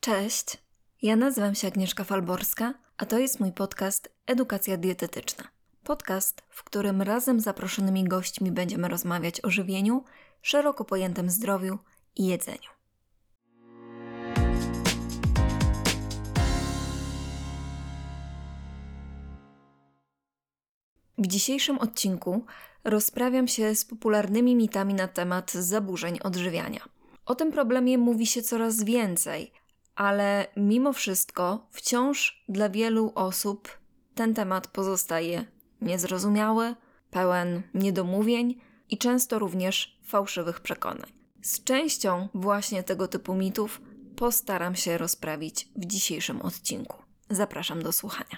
Cześć, ja nazywam się Agnieszka Falborska, a to jest mój podcast Edukacja Dietetyczna. Podcast, w którym razem z zaproszonymi gośćmi będziemy rozmawiać o żywieniu, szeroko pojętym zdrowiu i jedzeniu. W dzisiejszym odcinku rozprawiam się z popularnymi mitami na temat zaburzeń odżywiania. O tym problemie mówi się coraz więcej, ale mimo wszystko wciąż dla wielu osób ten temat pozostaje niezrozumiały, pełen niedomówień i często również fałszywych przekonań. Z częścią właśnie tego typu mitów postaram się rozprawić w dzisiejszym odcinku. Zapraszam do słuchania.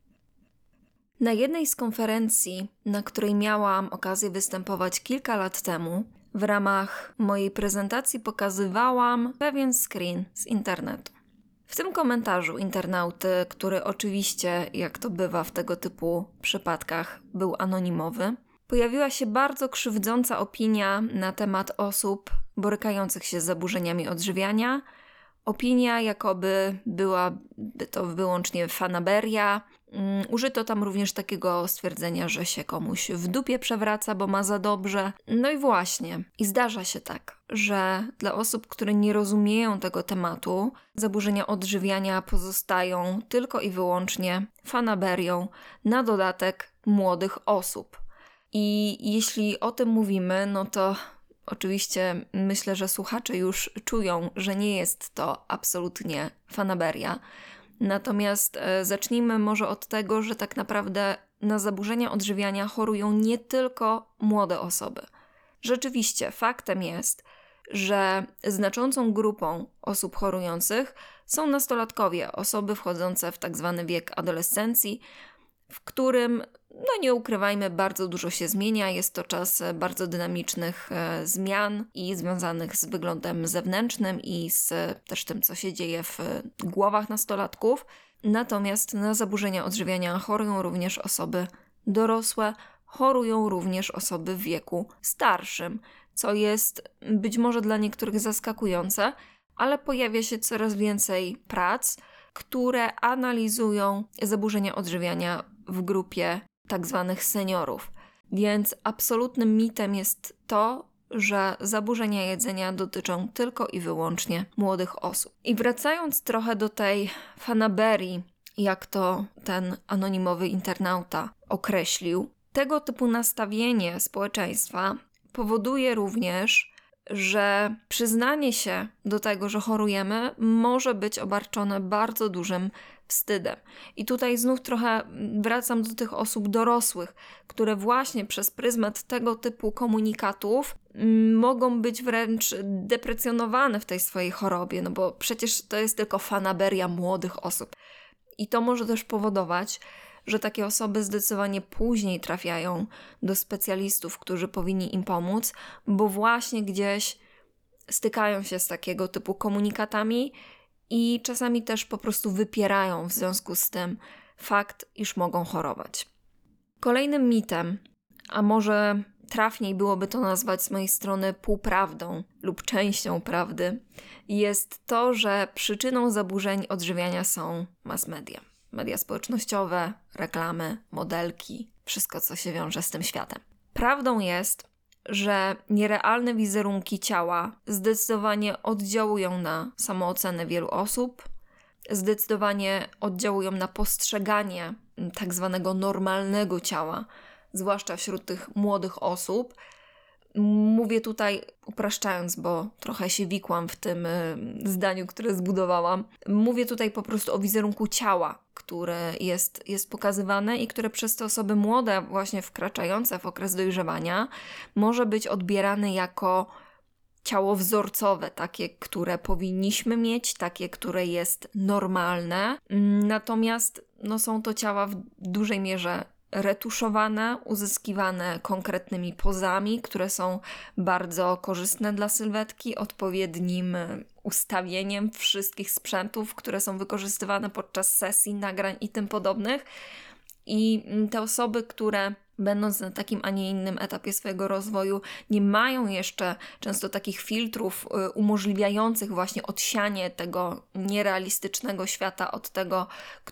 Na jednej z konferencji, na której miałam okazję występować kilka lat temu, w ramach mojej prezentacji pokazywałam pewien screen z internetu. W tym komentarzu internauty, który oczywiście, jak to bywa w tego typu przypadkach, był anonimowy, pojawiła się bardzo krzywdząca opinia na temat osób borykających się z zaburzeniami odżywiania. Opinia, jakoby byłaby to wyłącznie fanaberia. Użyto tam również takiego stwierdzenia, że się komuś w dupie przewraca, bo ma za dobrze. No i właśnie. I zdarza się tak, że dla osób, które nie rozumieją tego tematu, zaburzenia odżywiania pozostają tylko i wyłącznie fanaberią, na dodatek młodych osób. I jeśli o tym mówimy, no to oczywiście myślę, że słuchacze już czują, że nie jest to absolutnie fanaberia. Natomiast zacznijmy może od tego, że tak naprawdę na zaburzenia odżywiania chorują nie tylko młode osoby. Rzeczywiście faktem jest, że znaczącą grupą osób chorujących są nastolatkowie, osoby wchodzące w tak zwany wiek adolescencji, w którym, nie ukrywajmy, bardzo dużo się zmienia. Jest to czas bardzo dynamicznych zmian i związanych z wyglądem zewnętrznym i z też tym, co się dzieje w głowach nastolatków. Natomiast na zaburzenia odżywiania chorują również osoby dorosłe, chorują również osoby w wieku starszym, co jest być może dla niektórych zaskakujące, ale pojawia się coraz więcej prac, które analizują zaburzenia odżywiania w grupie tak zwanych seniorów. Więc absolutnym mitem jest to, że zaburzenia jedzenia dotyczą tylko i wyłącznie młodych osób. I wracając trochę do tej fanaberii, jak to ten anonimowy internauta określił, tego typu nastawienie społeczeństwa powoduje również, że przyznanie się do tego, że chorujemy, może być obarczone bardzo dużym wstydem. I tutaj znów trochę wracam do tych osób dorosłych, które właśnie przez pryzmat tego typu komunikatów mogą być wręcz deprecjonowane w tej swojej chorobie, no bo przecież to jest tylko fanaberia młodych osób. I to może też powodować, że takie osoby zdecydowanie później trafiają do specjalistów, którzy powinni im pomóc, bo właśnie gdzieś stykają się z takiego typu komunikatami i czasami też po prostu wypierają w związku z tym fakt, iż mogą chorować. Kolejnym mitem, a może trafniej byłoby to nazwać z mojej strony półprawdą lub częścią prawdy, jest to, że przyczyną zaburzeń odżywiania są mass media. Media społecznościowe, reklamy, modelki, wszystko co się wiąże z tym światem. Prawdą jest, że nierealne wizerunki ciała zdecydowanie oddziałują na samoocenę wielu osób, zdecydowanie oddziałują na postrzeganie tak zwanego normalnego ciała, zwłaszcza wśród tych młodych osób. Mówię tutaj upraszczając, bo trochę się wikłam w tym zdaniu, które zbudowałam. Mówię tutaj po prostu o wizerunku ciała, które jest pokazywane i które przez te osoby młode, właśnie wkraczające w okres dojrzewania, może być odbierane jako ciało wzorcowe, takie, które powinniśmy mieć, takie, które jest normalne. Natomiast są to ciała w dużej mierze retuszowane, uzyskiwane konkretnymi pozami, które są bardzo korzystne dla sylwetki, odpowiednim ustawieniem wszystkich sprzętów, które są wykorzystywane podczas sesji, nagrań i tym podobnych. I te osoby, które będąc na takim, a nie innym etapie swojego rozwoju, nie mają jeszcze często takich filtrów umożliwiających właśnie odsianie tego nierealistycznego świata od tego,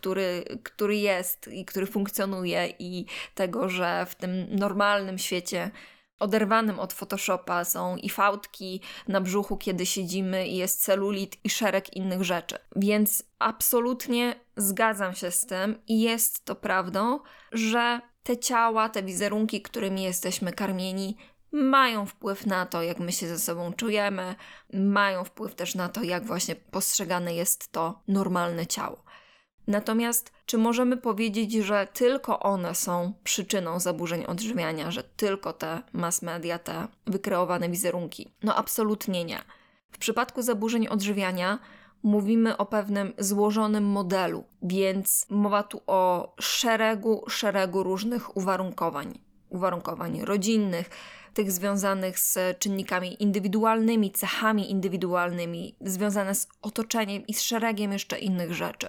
który jest i który funkcjonuje, i tego, że w tym normalnym świecie oderwanym od Photoshopa są i fałdki na brzuchu, kiedy siedzimy, i jest celulit i szereg innych rzeczy. Więc absolutnie zgadzam się z tym i jest to prawdą, że te ciała, te wizerunki, którymi jesteśmy karmieni, mają wpływ na to, jak my się ze sobą czujemy, mają wpływ też na to, jak właśnie postrzegane jest to normalne ciało. Natomiast czy możemy powiedzieć, że tylko one są przyczyną zaburzeń odżywiania, że tylko te mass media, te wykreowane wizerunki? No absolutnie nie. W przypadku zaburzeń odżywiania mówimy o pewnym złożonym modelu, więc mowa tu o szeregu różnych uwarunkowań rodzinnych, tych związanych z czynnikami indywidualnymi, cechami indywidualnymi, związane z otoczeniem i z szeregiem jeszcze innych rzeczy.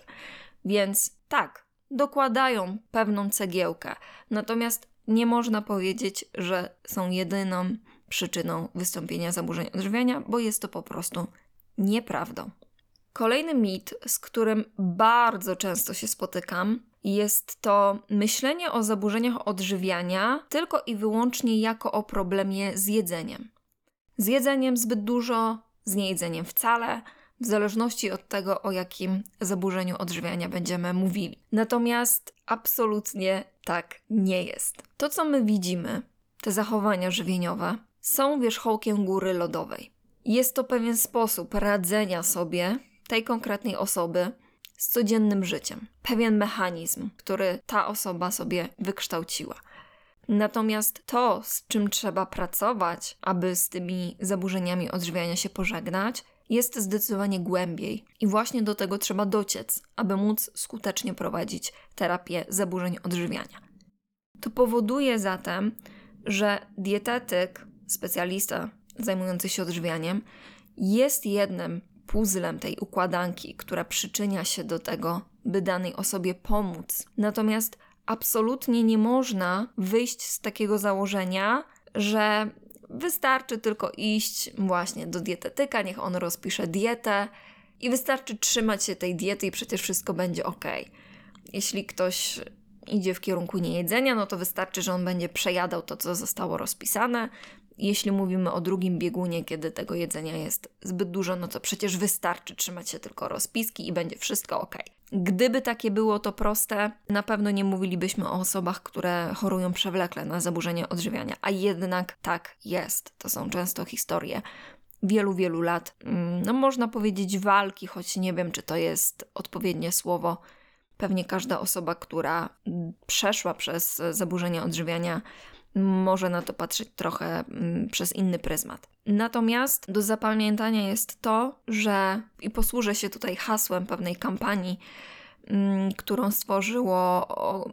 Więc tak, dokładają pewną cegiełkę, natomiast nie można powiedzieć, że są jedyną przyczyną wystąpienia zaburzeń odżywiania, bo jest to po prostu nieprawdą. Kolejny mit, z którym bardzo często się spotykam, jest to myślenie o zaburzeniach odżywiania tylko i wyłącznie jako o problemie z jedzeniem. Z jedzeniem zbyt dużo, z niejedzeniem wcale, w zależności od tego, o jakim zaburzeniu odżywiania będziemy mówili. Natomiast absolutnie tak nie jest. To, co my widzimy, te zachowania żywieniowe, są wierzchołkiem góry lodowej. Jest to pewien sposób radzenia sobie, tej konkretnej osoby, z codziennym życiem. Pewien mechanizm, który ta osoba sobie wykształciła. Natomiast to, z czym trzeba pracować, aby z tymi zaburzeniami odżywiania się pożegnać, jest zdecydowanie głębiej i właśnie do tego trzeba dociec, aby móc skutecznie prowadzić terapię zaburzeń odżywiania. To powoduje zatem, że dietetyk, specjalista zajmujący się odżywianiem, jest jednym puzzlem tej układanki, która przyczynia się do tego, by danej osobie pomóc. Natomiast absolutnie nie można wyjść z takiego założenia, że wystarczy tylko iść właśnie do dietetyka, niech on rozpisze dietę i wystarczy trzymać się tej diety i przecież wszystko będzie ok. Jeśli ktoś idzie w kierunku niejedzenia, no to wystarczy, że on będzie przejadał to, co zostało rozpisane. Jeśli mówimy o drugim biegunie, kiedy tego jedzenia jest zbyt dużo, no to przecież wystarczy trzymać się tylko rozpiski i będzie wszystko ok. Gdyby takie było to proste, na pewno nie mówilibyśmy o osobach, które chorują przewlekle na zaburzenia odżywiania, a jednak tak jest. To są często historie wielu lat. No można powiedzieć walki, choć nie wiem, czy to jest odpowiednie słowo. Pewnie każda osoba, która przeszła przez zaburzenia odżywiania, może na to patrzeć trochę przez inny pryzmat. Natomiast do zapamiętania jest to, że, i posłużę się tutaj hasłem pewnej kampanii, którą stworzyło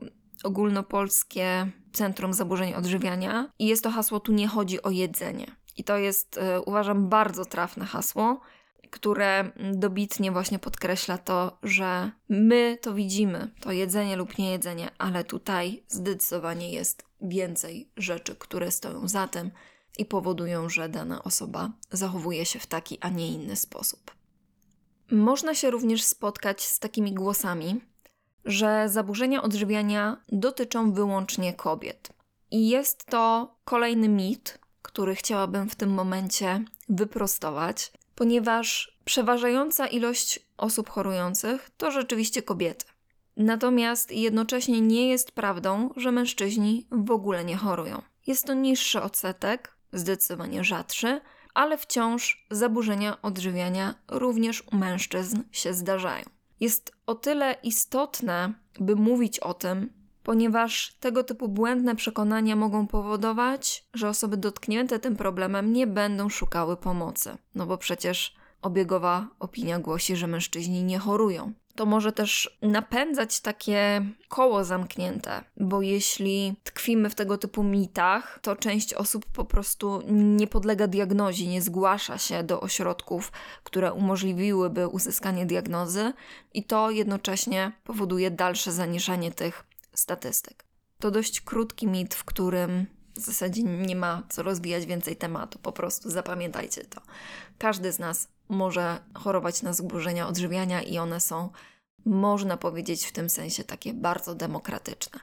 Ogólnopolskie Centrum Zaburzeń Odżywiania, i jest to hasło "Tu nie chodzi o jedzenie". I to jest, uważam, bardzo trafne hasło, które dobitnie właśnie podkreśla to, że my to widzimy, to jedzenie lub niejedzenie, ale tutaj zdecydowanie jest więcej rzeczy, które stoją za tym i powodują, że dana osoba zachowuje się w taki, a nie inny sposób. Można się również spotkać z takimi głosami, że zaburzenia odżywiania dotyczą wyłącznie kobiet. I jest to kolejny mit, który chciałabym w tym momencie wyprostować, ponieważ przeważająca ilość osób chorujących to rzeczywiście kobiety. Natomiast jednocześnie nie jest prawdą, że mężczyźni w ogóle nie chorują. Jest to niższy odsetek, zdecydowanie rzadszy, ale wciąż zaburzenia odżywiania również u mężczyzn się zdarzają. Jest o tyle istotne, by mówić o tym, ponieważ tego typu błędne przekonania mogą powodować, że osoby dotknięte tym problemem nie będą szukały pomocy. No bo przecież obiegowa opinia głosi, że mężczyźni nie chorują. To może też napędzać takie koło zamknięte, bo jeśli tkwimy w tego typu mitach, to część osób po prostu nie podlega diagnozie, nie zgłasza się do ośrodków, które umożliwiłyby uzyskanie diagnozy, i to jednocześnie powoduje dalsze zaniżanie tych statystyk. to dość krótki mit, w którym w zasadzie nie ma co rozwijać więcej tematu. Po prostu zapamiętajcie to. Każdy z nas może chorować na zaburzenia odżywiania i one są, można powiedzieć, w tym sensie takie bardzo demokratyczne.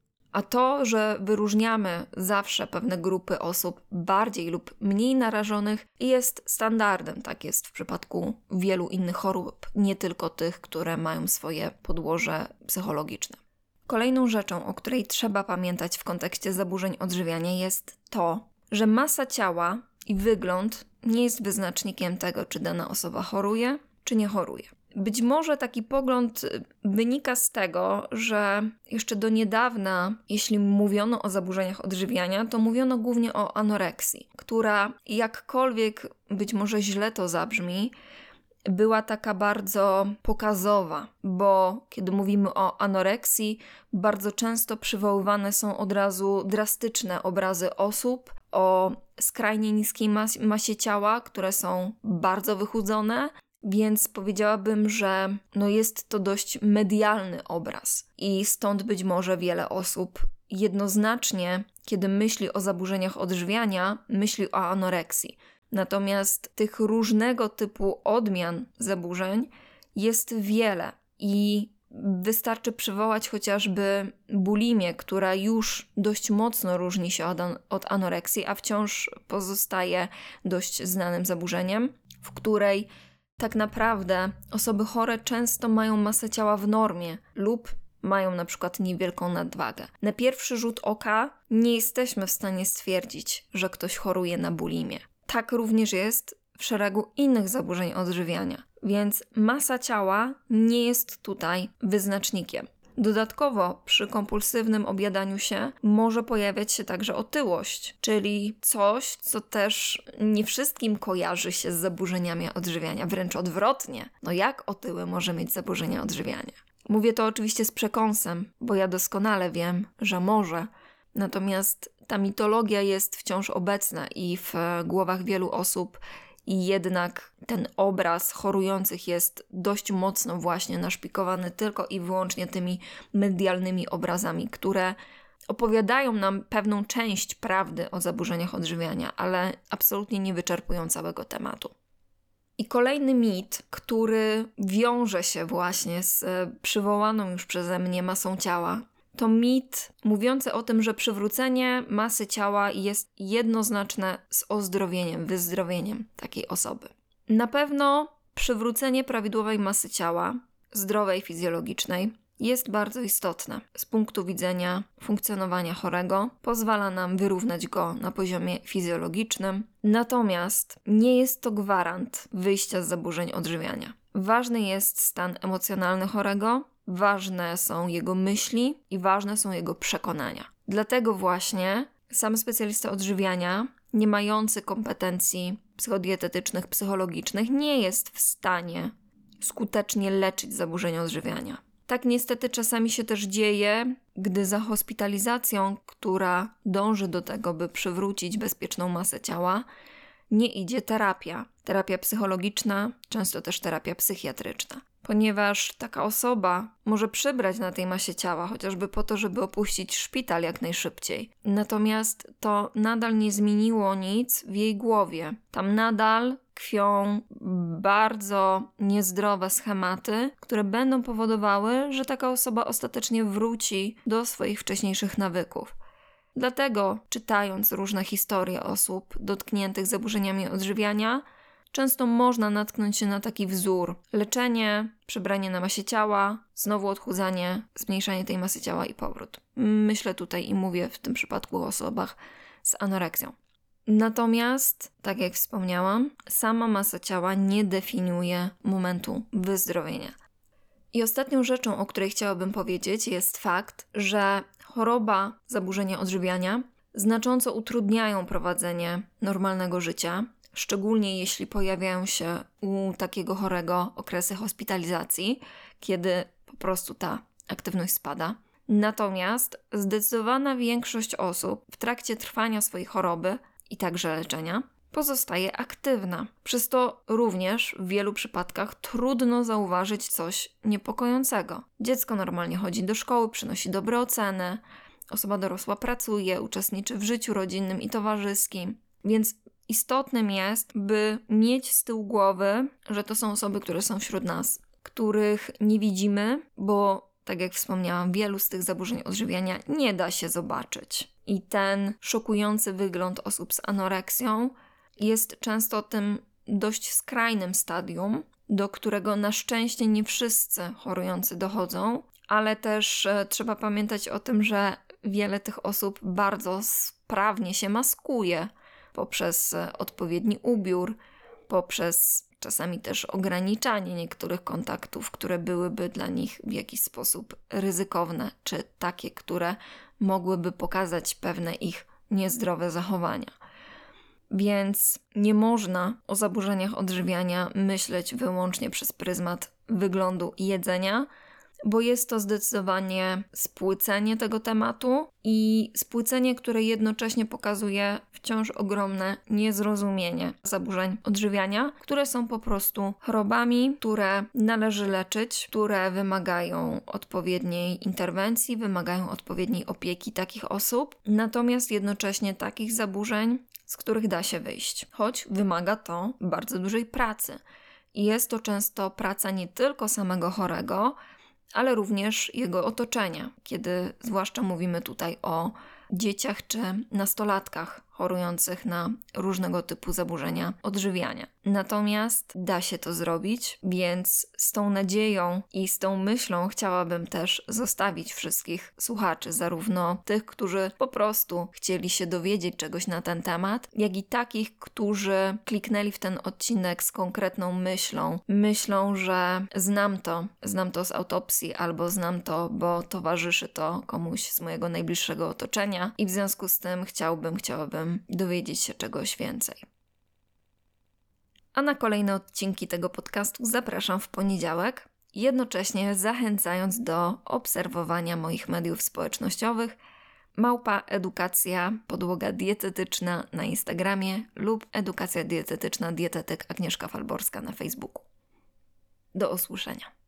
A to, że wyróżniamy zawsze pewne grupy osób bardziej lub mniej narażonych, jest standardem. Tak jest w przypadku wielu innych chorób, nie tylko tych, które mają swoje podłoże psychologiczne. Kolejną rzeczą, o której trzeba pamiętać w kontekście zaburzeń odżywiania, jest to, że masa ciała i wygląd nie jest wyznacznikiem tego, czy dana osoba choruje, czy nie choruje. Być może taki pogląd wynika z tego, że jeszcze do niedawna, jeśli mówiono o zaburzeniach odżywiania, to mówiono głównie o anoreksji, która jakkolwiek być może źle to zabrzmi, była taka bardzo pokazowa, bo kiedy mówimy o anoreksji, bardzo często przywoływane są od razu drastyczne obrazy osób o skrajnie niskiej masie ciała, które są bardzo wychudzone, więc powiedziałabym, że jest to dość medialny obraz i stąd być może wiele osób jednoznacznie, kiedy myśli o zaburzeniach odżywiania, myśli o anoreksji. Natomiast tych różnego typu odmian zaburzeń jest wiele i wystarczy przywołać chociażby bulimię, która już dość mocno różni się od anoreksji, a wciąż pozostaje dość znanym zaburzeniem, w której tak naprawdę osoby chore często mają masę ciała w normie lub mają na przykład niewielką nadwagę. Na pierwszy rzut oka nie jesteśmy w stanie stwierdzić, że ktoś choruje na bulimię. Tak również jest w szeregu innych zaburzeń odżywiania, więc masa ciała nie jest tutaj wyznacznikiem. Dodatkowo przy kompulsywnym objadaniu się może pojawiać się także otyłość, czyli coś, co też nie wszystkim kojarzy się z zaburzeniami odżywiania, wręcz odwrotnie. Jak otyły może mieć zaburzenia odżywiania? Mówię to oczywiście z przekąsem, bo ja doskonale wiem, że może. Natomiast ta mitologia jest wciąż obecna i w głowach wielu osób i jednak ten obraz chorujących jest dość mocno właśnie naszpikowany tylko i wyłącznie tymi medialnymi obrazami, które opowiadają nam pewną część prawdy o zaburzeniach odżywiania, ale absolutnie nie wyczerpują całego tematu. I kolejny mit, który wiąże się właśnie z przywołaną już przeze mnie masą ciała, to mit mówiący o tym, że przywrócenie masy ciała jest jednoznaczne z ozdrowieniem, wyzdrowieniem takiej osoby. Na pewno przywrócenie prawidłowej masy ciała, zdrowej, fizjologicznej, jest bardzo istotne z punktu widzenia funkcjonowania chorego, pozwala nam wyrównać go na poziomie fizjologicznym, natomiast nie jest to gwarant wyjścia z zaburzeń odżywiania. Ważny jest stan emocjonalny chorego, ważne są jego myśli i ważne są jego przekonania. Dlatego właśnie sam specjalista odżywiania, nie mający kompetencji psychodietetycznych, psychologicznych, nie jest w stanie skutecznie leczyć zaburzeń odżywiania. Tak niestety czasami się też dzieje, gdy za hospitalizacją, która dąży do tego, by przywrócić bezpieczną masę ciała, nie idzie terapia. Terapia psychologiczna, często też terapia psychiatryczna. Ponieważ taka osoba może przybrać na tej masie ciała, chociażby po to, żeby opuścić szpital jak najszybciej. Natomiast to nadal nie zmieniło nic w jej głowie. Tam nadal tkwią bardzo niezdrowe schematy, które będą powodowały, że taka osoba ostatecznie wróci do swoich wcześniejszych nawyków. Dlatego, czytając różne historie osób dotkniętych zaburzeniami odżywiania, często można natknąć się na taki wzór. Leczenie, przybranie na masie ciała, znowu odchudzanie, zmniejszanie tej masy ciała i powrót. Myślę tutaj i mówię w tym przypadku o osobach z anoreksją. Natomiast, tak jak wspomniałam, sama masa ciała nie definiuje momentu wyzdrowienia. I ostatnią rzeczą, o której chciałabym powiedzieć, jest fakt, że choroba, zaburzenia odżywiania znacząco utrudniają prowadzenie normalnego życia, szczególnie jeśli pojawiają się u takiego chorego okresy hospitalizacji, kiedy po prostu ta aktywność spada. Natomiast zdecydowana większość osób w trakcie trwania swojej choroby i także leczenia pozostaje aktywna. Przez to również w wielu przypadkach trudno zauważyć coś niepokojącego. Dziecko normalnie chodzi do szkoły, przynosi dobre oceny, osoba dorosła pracuje, uczestniczy w życiu rodzinnym i towarzyskim, więc istotnym jest, by mieć z tyłu głowy, że to są osoby, które są wśród nas, których nie widzimy, bo tak jak wspomniałam, wielu z tych zaburzeń odżywiania nie da się zobaczyć. I ten szokujący wygląd osób z anoreksją jest często tym dość skrajnym stadium, do którego na szczęście nie wszyscy chorujący dochodzą, ale też trzeba pamiętać o tym, że wiele tych osób bardzo sprawnie się maskuje poprzez odpowiedni ubiór, poprzez czasami też ograniczanie niektórych kontaktów, które byłyby dla nich w jakiś sposób ryzykowne, czy takie, które mogłyby pokazać pewne ich niezdrowe zachowania. Więc nie można o zaburzeniach odżywiania myśleć wyłącznie przez pryzmat wyglądu i jedzenia, bo jest to zdecydowanie spłycenie tego tematu i spłycenie, które jednocześnie pokazuje wciąż ogromne niezrozumienie zaburzeń odżywiania, które są po prostu chorobami, które należy leczyć, które wymagają odpowiedniej interwencji, wymagają odpowiedniej opieki takich osób, natomiast jednocześnie takich zaburzeń, z których da się wyjść, choć wymaga to bardzo dużej pracy. I jest to często praca nie tylko samego chorego, ale również jego otoczenia, kiedy zwłaszcza mówimy tutaj o dzieciach czy nastolatkach chorujących na różnego typu zaburzenia odżywiania. Natomiast da się to zrobić, więc z tą nadzieją i z tą myślą chciałabym też zostawić wszystkich słuchaczy, zarówno tych, którzy po prostu chcieli się dowiedzieć czegoś na ten temat, jak i takich, którzy kliknęli w ten odcinek z konkretną myślą, że znam to z autopsji albo znam to, bo towarzyszy to komuś z mojego najbliższego otoczenia i w związku z tym chciałabym dowiedzieć się czegoś więcej. A na kolejne odcinki tego podcastu zapraszam w poniedziałek, jednocześnie zachęcając do obserwowania moich mediów społecznościowych @edukacja podłoga dietetyczna na Instagramie lub edukacja dietetyczna dietetyk Agnieszka Falborska na Facebooku. Do usłyszenia.